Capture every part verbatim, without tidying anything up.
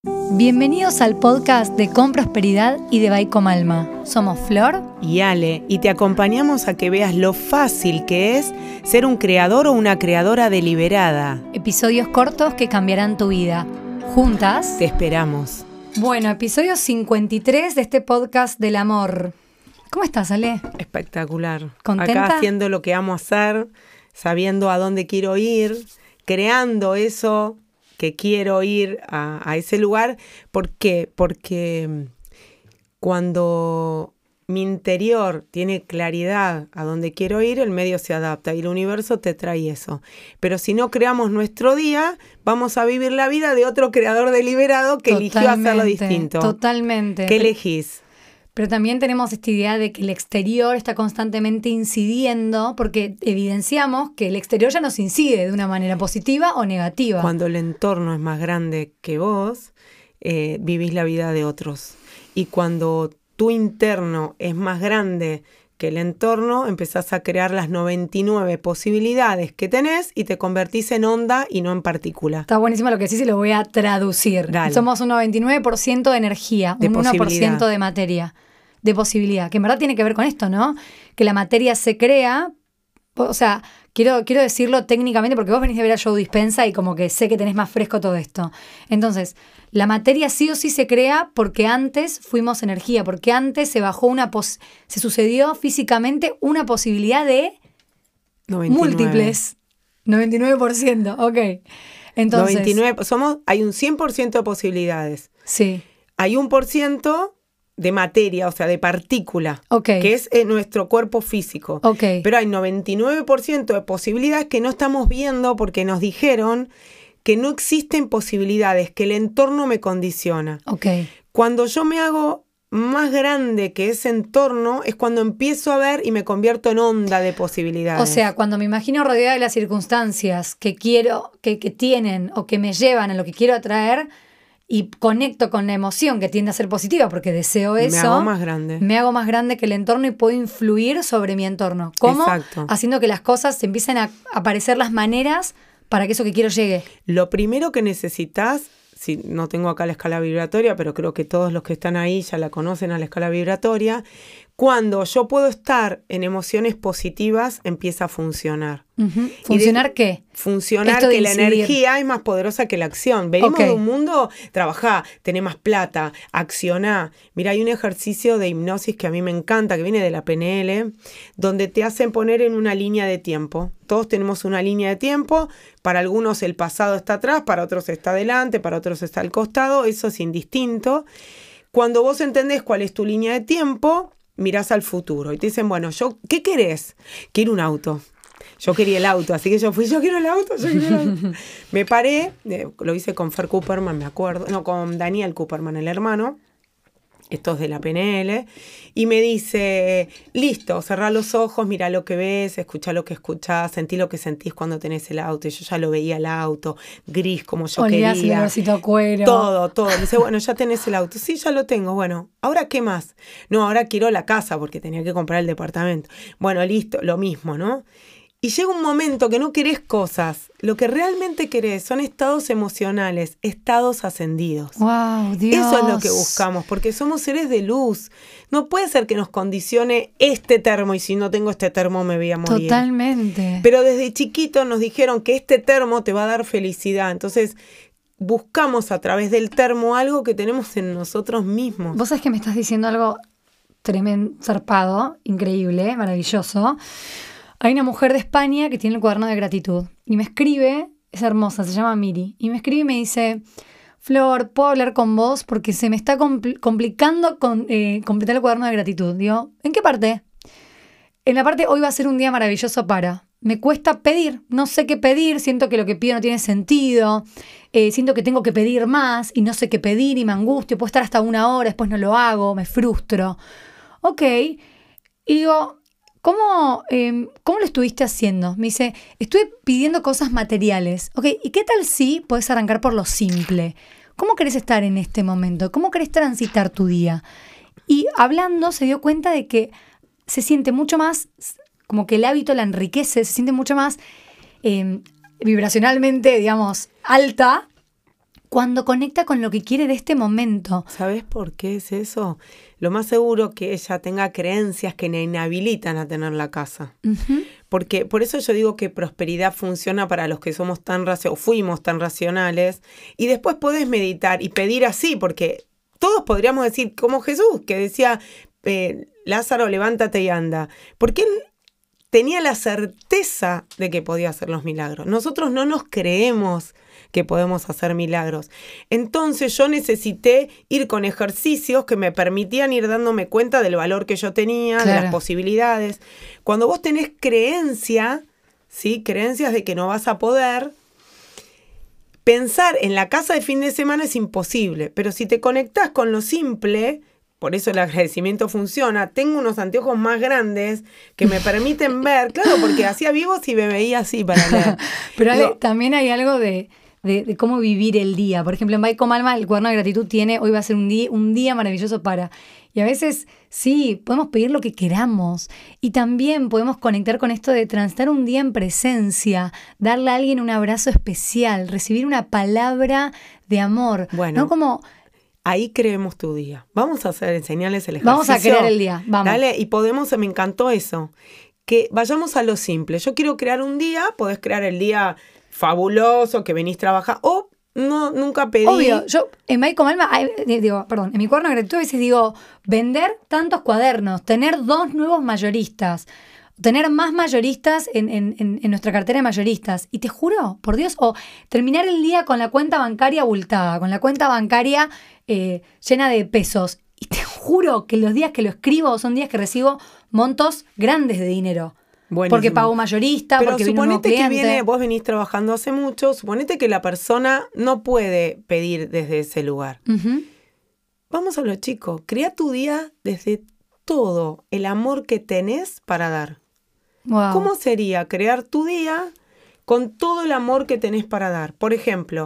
Bienvenidos al podcast de Con Prosperidad y de By Comalma. Somos Flor y Ale, y te acompañamos a que veas lo fácil que es ser un creador o una creadora deliberada. Episodios cortos que cambiarán tu vida. Juntas te esperamos. Bueno, episodio cincuenta y tres de este podcast del amor. ¿Cómo estás, Ale? Espectacular. ¿Contenta? Acá haciendo lo que amo hacer, sabiendo a dónde quiero ir, creando eso que quiero ir a, a ese lugar. ¿Por qué? Porque cuando mi interior tiene claridad a dónde quiero ir, el medio se adapta y el universo te trae eso. Pero si no creamos nuestro día, vamos a vivir la vida de otro creador deliberado que Totalmente, eligió hacerlo distinto. Totalmente. ¿Qué elegís? Pero también tenemos esta idea de que el exterior está constantemente incidiendo, porque evidenciamos que el exterior ya nos incide de una manera positiva o negativa. Cuando el entorno es más grande que vos, eh, vivís la vida de otros. Y cuando tu interno es más grande que el entorno, empezás a crear las noventa y nueve posibilidades que tenés y te convertís en onda y no en partícula. Está buenísimo lo que decís y lo voy a traducir. Dale. Somos un noventa y nueve por ciento de energía, De un uno por ciento posibilidad. de materia, de posibilidad, que en verdad tiene que ver con esto, ¿no? Que la materia se crea, o sea, quiero, quiero decirlo técnicamente porque vos venís de ver a Joe Dispenza y como que sé que tenés más fresco todo esto. Entonces, la materia sí o sí se crea porque antes fuimos energía, porque antes se bajó una pos- se sucedió físicamente una posibilidad de noventa y nueve. múltiples. noventa y nueve por ciento, ok. Entonces, noventa y nueve, somos, hay un cien por ciento de posibilidades. sí, Hay un por ciento de materia, o sea, de partícula, ok. que es eh, nuestro cuerpo físico. Ok. Pero hay noventa y nueve por ciento de posibilidades que no estamos viendo porque nos dijeron que no existen posibilidades, que el entorno me condiciona. Ok. Cuando yo me hago más grande que ese entorno, es cuando empiezo a ver y me convierto en onda de posibilidades. O sea, cuando me imagino rodeada de las circunstancias que quiero, que, que tienen o que me llevan a lo que quiero atraer y conecto con la emoción que tiende a ser positiva porque deseo eso, me hago más grande. me hago más grande que el entorno y puedo influir sobre mi entorno. ¿Cómo? Exacto. Haciendo que las cosas se empiecen a aparecer las maneras para que eso que quiero llegue. Lo primero que necesitas, si no tengo acá la escala vibratoria, pero creo que todos los que están ahí ya la conocen a la escala vibratoria, cuando yo puedo estar en emociones positivas, empieza a funcionar. Uh-huh. ¿Funcionar de, qué? Funcionar Esto de que la incidir. energía es más poderosa que la acción. Venimos Ok. de un mundo, trabajá, tenés más plata, accioná. Mira, hay un ejercicio de hipnosis que a mí me encanta, que viene de la P N L, donde te hacen poner en una línea de tiempo. Todos tenemos una línea de tiempo. Para algunos el pasado está atrás, para otros está adelante, para otros está al costado. Eso es indistinto. Cuando vos entendés cuál es tu línea de tiempo, mirás al futuro y te dicen, bueno, yo, ¿qué querés? Quiero un auto. Yo quería el auto, así que yo fui, yo quiero el auto, yo quiero el auto. Me paré, eh, lo hice con Fer Cooperman, me acuerdo, no, con Daniel Cooperman, el hermano, esto es de la P N L, y me dice, listo, cerrá los ojos, mirá lo que ves, escuchá lo que escuchás, sentí lo que sentís cuando tenés el auto, y yo ya lo veía el auto, gris como yo Olías el quería. olorcito a cuero. Todo, todo. Me dice, bueno, ya tenés el auto. Sí, ya lo tengo. Bueno, ¿ahora qué más? No, ahora quiero la casa porque tenía que comprar el departamento. Bueno, listo, lo mismo, ¿no? Y llega un momento que no querés cosas. Lo que realmente querés son estados emocionales, estados ascendidos. Wow, Dios. Eso es lo que buscamos, porque somos seres de luz. No puede ser que nos condicione este termo y si no tengo este termo me voy a morir. Totalmente. Pero desde chiquitos nos dijeron que este termo te va a dar felicidad. Entonces buscamos a través del termo algo que tenemos en nosotros mismos. Vos sabés que me estás diciendo algo tremendo, zarpado, increíble, maravilloso. Hay una mujer de España que tiene el cuaderno de gratitud y me escribe, es hermosa, se llama Miri, y me escribe y me dice, Flor, ¿puedo hablar con vos? Porque se me está compl- complicando con, eh, completar el cuaderno de gratitud. Digo, ¿en qué parte? En la parte, hoy va a ser un día maravilloso para. Me cuesta pedir, no sé qué pedir, siento que lo que pido no tiene sentido, eh, siento que tengo que pedir más y no sé qué pedir y me angustio, puedo estar hasta una hora, después no lo hago, me frustro. Ok, y digo, ¿cómo, eh, ¿cómo lo estuviste haciendo? Me dice, estuve pidiendo cosas materiales. Ok, ¿y qué tal si podés arrancar por lo simple? ¿Cómo querés estar en este momento? ¿Cómo querés transitar tu día? Y hablando se dio cuenta de que se siente mucho más, como que el hábito la enriquece, se siente mucho más eh, vibracionalmente, digamos, alta cuando conecta con lo que quiere de este momento. ¿Sabes por qué es eso? Lo más seguro que ella tenga creencias que le inhabilitan a tener la casa. Uh-huh. Porque por eso yo digo que prosperidad funciona para los que somos tan racionales, o fuimos tan racionales, y después podés meditar y pedir así, porque todos podríamos decir como Jesús, que decía, eh, Lázaro, levántate y anda. Porque él tenía la certeza de que podía hacer los milagros. Nosotros no nos creemos que podemos hacer milagros. Entonces yo necesité ir con ejercicios que me permitían ir dándome cuenta del valor que yo tenía, claro, de las posibilidades. Cuando vos tenés creencia, ¿sí? Creencias de que no vas a poder, pensar en la casa de fin de semana es imposible. Pero si te conectás con lo simple, por eso el agradecimiento funciona, tengo unos anteojos más grandes que me permiten ver, claro, porque hacía vivos y me veía así para leer. Pero Ale, no. también hay algo de... De, de cómo vivir el día. Por ejemplo, en By Como Alma, el cuaderno de gratitud tiene, hoy va a ser un día, un día maravilloso para... Y a veces, sí, podemos pedir lo que queramos. Y también podemos conectar con esto de transitar un día en presencia, darle a alguien un abrazo especial, recibir una palabra de amor. Bueno, ¿no? Como... ahí creemos tu día. Vamos a hacer, enseñarles el ejercicio. Vamos a crear el día, vamos. Dale, y podemos, me encantó eso. Que vayamos a lo simple. Yo quiero crear un día, podés crear el día... fabuloso, que venís a trabajar, o no, nunca pedí. Obvio, yo en By Como Alma, digo, perdón, en mi cuaderno de gratitud a veces digo, vender tantos cuadernos, tener dos nuevos mayoristas, tener más mayoristas en, en, en nuestra cartera de mayoristas, y te juro, por Dios, o terminar el día con la cuenta bancaria abultada, con la cuenta bancaria eh, llena de pesos, y te juro que los días que lo escribo son días que recibo montos grandes de dinero. Buenísimo. Porque pago mayorista, pero porque viene un nuevo cliente. Pero suponete que viene, vos venís trabajando hace mucho, suponete que la persona no puede pedir desde ese lugar. Uh-huh. Vamos a lo chico, crea tu día desde todo el amor que tenés para dar. Wow. ¿Cómo sería crear tu día con todo el amor que tenés para dar? Por ejemplo,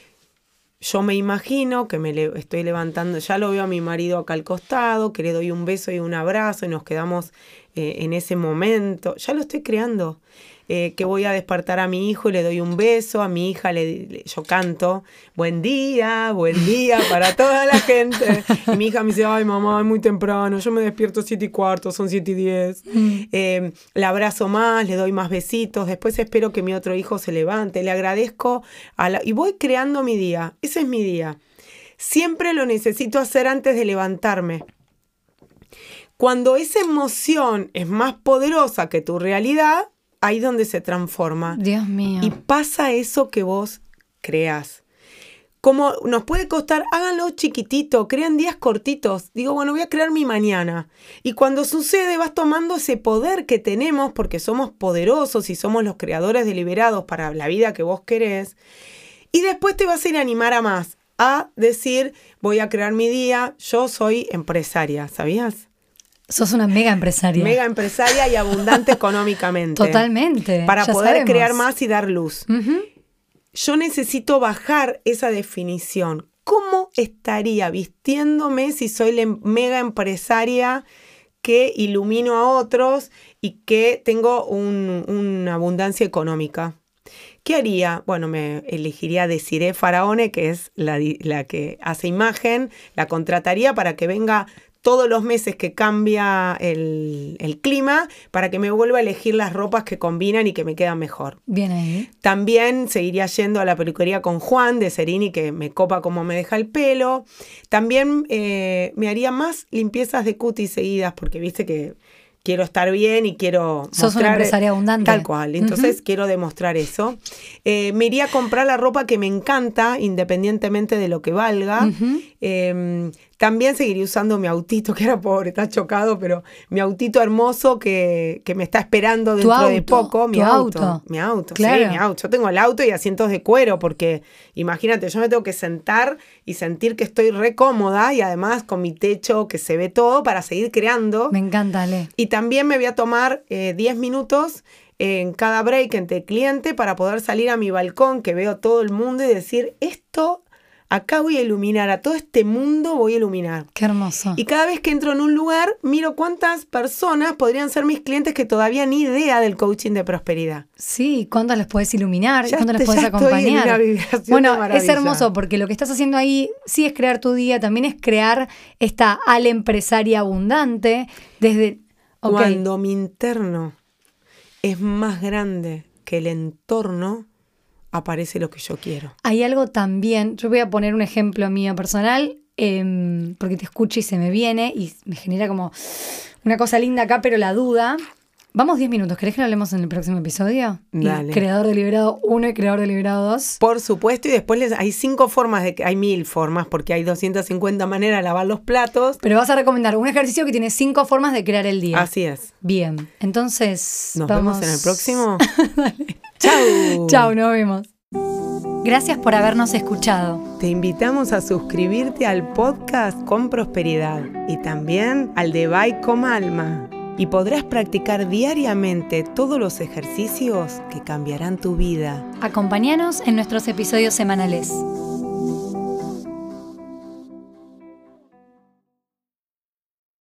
yo me imagino que me le estoy levantando, ya lo veo a mi marido acá al costado, que le doy un beso y un abrazo y nos quedamos eh, en ese momento. Ya lo estoy creando. Eh, que voy a despertar a mi hijo y le doy un beso, a mi hija le, le, yo canto, buen día, buen día para toda la gente. Y mi hija me dice, ay mamá, es muy temprano, yo me despierto siete y cuarto, son siete y diez. Mm. Eh, la abrazo más, le doy más besitos, después espero que mi otro hijo se levante, le agradezco a la, y voy creando mi día. Ese es mi día. Siempre lo necesito hacer antes de levantarme. Cuando esa emoción es más poderosa que tu realidad, ahí donde se transforma. Dios mío. Y pasa eso que vos creás. Como nos puede costar, háganlo chiquitito, crean días cortitos. Digo, bueno, voy a crear mi mañana. Y cuando sucede, vas tomando ese poder que tenemos, porque somos poderosos y somos los creadores deliberados para la vida que vos querés. Y después te vas a ir a animar a más, a decir, voy a crear mi día, yo soy empresaria, ¿sabías? Sos una mega empresaria. Mega empresaria y abundante económicamente. Totalmente. Para ya poder sabemos. crear más y dar luz. Uh-huh. Yo necesito bajar esa definición. ¿Cómo estaría vistiéndome si soy la mega empresaria que ilumino a otros y que tengo un, una abundancia económica? ¿Qué haría? Bueno, me elegiría a Desiree Faraone, que es la, la que hace imagen, la contrataría para que venga todos los meses que cambia el, el clima, para que me vuelva a elegir las ropas que combinan y que me quedan mejor. Bien ahí. También seguiría yendo a la peluquería con Juan de Cerini, que me copa como me deja el pelo. También eh, me haría más limpiezas de cutis seguidas, porque viste que quiero estar bien y quiero Sos mostrar, una empresaria abundante. Tal cual. Entonces uh-huh. quiero demostrar eso. Eh, me iría a comprar la ropa que me encanta, independientemente de lo que valga. Uh-huh. Eh, también seguiría usando mi autito, que era pobre, está chocado, pero mi autito hermoso que, que me está esperando dentro auto, de poco. Mi auto, auto. Mi auto, claro. Sí, mi auto. Yo tengo el auto y asientos de cuero, porque imagínate, yo me tengo que sentar y sentir que estoy re cómoda y además con mi techo que se ve todo para seguir creando. Me encanta, Ale. Y también me voy a tomar eh, diez minutos en cada break entre cliente para poder salir a mi balcón, que veo todo el mundo, y decir, esto acá voy a iluminar, a todo este mundo voy a iluminar. Qué hermoso. Y cada vez que entro en un lugar, miro cuántas personas podrían ser mis clientes que todavía ni idea del coaching de prosperidad. Sí, ¿cuántas les puedes iluminar? Ya ¿Cuántas te- les puedes ya estoy en acompañar? una vibración de Bueno, es maravilla. hermoso porque lo que estás haciendo ahí sí es crear tu día, también es crear esta ala empresaria abundante desde... ok, Cuando mi interno es más grande que el entorno, aparece lo que yo quiero. hay algo también, yo voy a poner un ejemplo mío personal, em, porque te escucho y se me viene y me genera como una cosa linda acá, pero la duda. Vamos diez minutos, ¿querés que lo hablemos en el próximo episodio? Y Dale. Creador de Liberado uno y Creador de Liberado dos. Por supuesto, y después les, hay cinco formas, de que hay mil formas, porque hay doscientas cincuenta maneras de lavar los platos. Pero vas a recomendar un ejercicio que tiene cinco formas de crear el día. Así es. Bien, entonces Nos vamos... vemos en el próximo. Chau. Chao, nos vemos. Gracias por habernos escuchado. Te invitamos a suscribirte al podcast Con Prosperidad y también al de Bye con Alma. Y podrás practicar diariamente todos los ejercicios que cambiarán tu vida. Acompáñanos en nuestros episodios semanales.